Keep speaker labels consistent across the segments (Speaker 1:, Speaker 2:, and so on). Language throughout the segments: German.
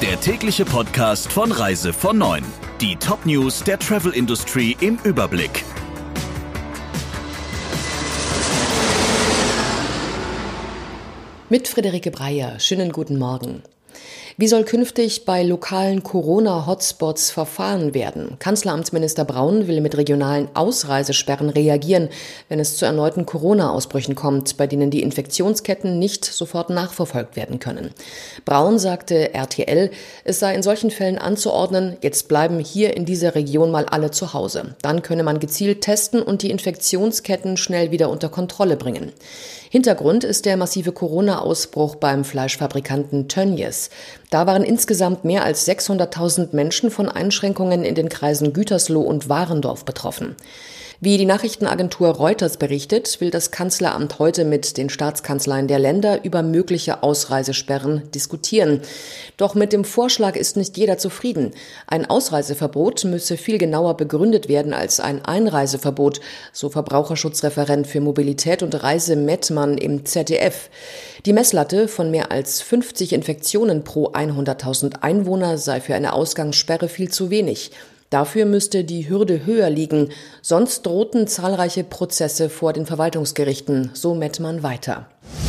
Speaker 1: Der tägliche Podcast von Reise von 9. Die Top-News der Travel-Industrie im Überblick.
Speaker 2: Mit Friederike Breyer. Schönen guten Morgen. Wie soll künftig bei lokalen Corona-Hotspots verfahren werden? Kanzleramtsminister Braun will mit regionalen Ausreisesperren reagieren, wenn es zu erneuten Corona-Ausbrüchen kommt, bei denen die Infektionsketten nicht sofort nachverfolgt werden können. Braun sagte RTL, es sei in solchen Fällen anzuordnen, jetzt bleiben hier in dieser Region mal alle zu Hause. Dann könne man gezielt testen und die Infektionsketten schnell wieder unter Kontrolle bringen. Hintergrund ist der massive Corona-Ausbruch beim Fleischfabrikanten Tönnies. Da waren insgesamt mehr als 600.000 Menschen von Einschränkungen in den Kreisen Gütersloh und Warendorf betroffen. Wie die Nachrichtenagentur Reuters berichtet, will das Kanzleramt heute mit den Staatskanzleien der Länder über mögliche Ausreisesperren diskutieren. Doch mit dem Vorschlag ist nicht jeder zufrieden. Ein Ausreiseverbot müsse viel genauer begründet werden als ein Einreiseverbot, so Verbraucherschutzreferent für Mobilität und Reise Mettmann im ZDF. Die Messlatte von mehr als 50 Infektionen pro 100.000 Einwohner sei für eine Ausgangssperre viel zu wenig. Dafür müsste die Hürde höher liegen, sonst drohten zahlreiche Prozesse vor den Verwaltungsgerichten, so Mettmann weiter.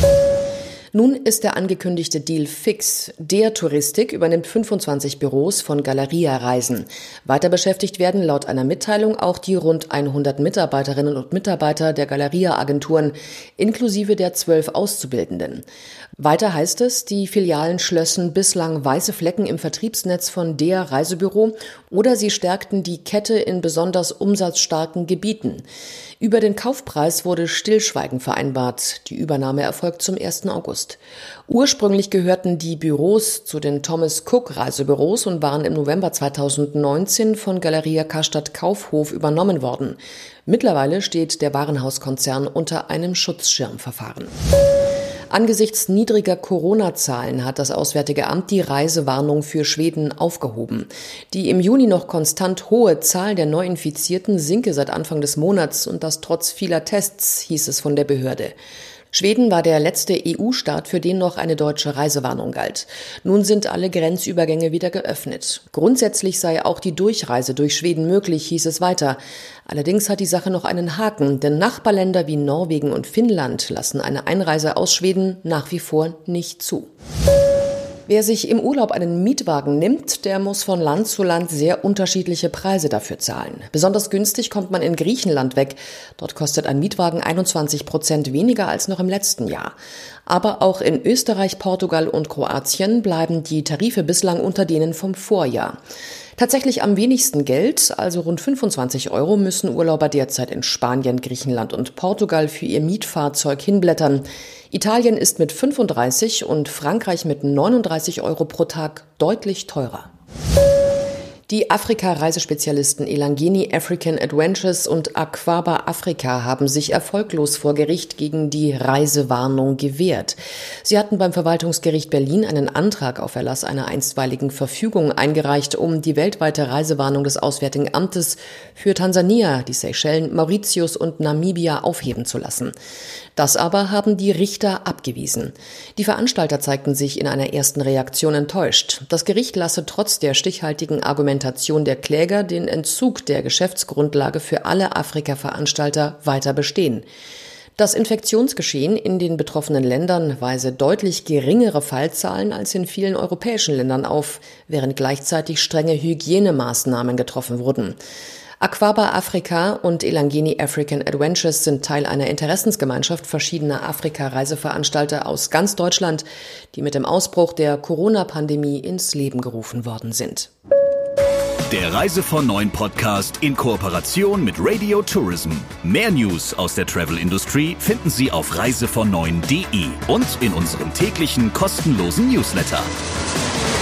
Speaker 2: Nun ist der angekündigte Deal fix. Der Touristik übernimmt 25 Büros von Galeria Reisen. Weiter beschäftigt werden laut einer Mitteilung auch die rund 100 Mitarbeiterinnen und Mitarbeiter der Galeria-Agenturen, inklusive der 12 Auszubildenden. Weiter heißt es, die Filialen schlössen bislang weiße Flecken im Vertriebsnetz von der Reisebüro oder sie stärkten die Kette in besonders umsatzstarken Gebieten. Über den Kaufpreis wurde Stillschweigen vereinbart. Die Übernahme erfolgt zum 1. August. Ursprünglich gehörten die Büros zu den Thomas Cook Reisebüros und waren im November 2019 von Galeria Karstadt Kaufhof übernommen worden. Mittlerweile steht der Warenhauskonzern unter einem Schutzschirmverfahren. Angesichts niedriger Corona-Zahlen hat das Auswärtige Amt die Reisewarnung für Schweden aufgehoben. Die im Juni noch konstant hohe Zahl der Neuinfizierten sinke seit Anfang des Monats und das trotz vieler Tests, hieß es von der Behörde. Schweden war der letzte EU-Staat, für den noch eine deutsche Reisewarnung galt. Nun sind alle Grenzübergänge wieder geöffnet. Grundsätzlich sei auch die Durchreise durch Schweden möglich, hieß es weiter. Allerdings hat die Sache noch einen Haken, denn Nachbarländer wie Norwegen und Finnland lassen eine Einreise aus Schweden nach wie vor nicht zu. Wer sich im Urlaub einen Mietwagen nimmt, der muss von Land zu Land sehr unterschiedliche Preise dafür zahlen. Besonders günstig kommt man in Griechenland weg. Dort kostet ein Mietwagen 21% weniger als noch im letzten Jahr. Aber auch in Österreich, Portugal und Kroatien bleiben die Tarife bislang unter denen vom Vorjahr. Tatsächlich am wenigsten Geld, also rund 25 €, müssen Urlauber derzeit in Spanien, Griechenland und Portugal für ihr Mietfahrzeug hinblättern. Italien ist mit 35 und Frankreich mit 39 € pro Tag deutlich teurer. Die Afrika-Reisespezialisten Elangeni African Adventures und Aquaba Africa haben sich erfolglos vor Gericht gegen die Reisewarnung gewehrt. Sie hatten beim Verwaltungsgericht Berlin einen Antrag auf Erlass einer einstweiligen Verfügung eingereicht, um die weltweite Reisewarnung des Auswärtigen Amtes für Tansania, die Seychellen, Mauritius und Namibia aufheben zu lassen. Das aber haben die Richter abgewiesen. Die Veranstalter zeigten sich in einer ersten Reaktion enttäuscht. Das Gericht lasse trotz der stichhaltigen Argumentation der Kläger den Entzug der Geschäftsgrundlage für alle Afrika-Veranstalter weiter bestehen. Das Infektionsgeschehen in den betroffenen Ländern weise deutlich geringere Fallzahlen als in vielen europäischen Ländern auf, während gleichzeitig strenge Hygienemaßnahmen getroffen wurden. Aquaba Africa und Elangeni African Adventures sind Teil einer Interessensgemeinschaft verschiedener Afrika-Reiseveranstalter aus ganz Deutschland, die mit dem Ausbruch der Corona-Pandemie ins Leben gerufen worden sind.
Speaker 1: Der Reise von 9 Podcast in Kooperation mit Radio Tourism. Mehr News aus der Travel-Industrie finden Sie auf reisevon9.de und in unserem täglichen kostenlosen Newsletter.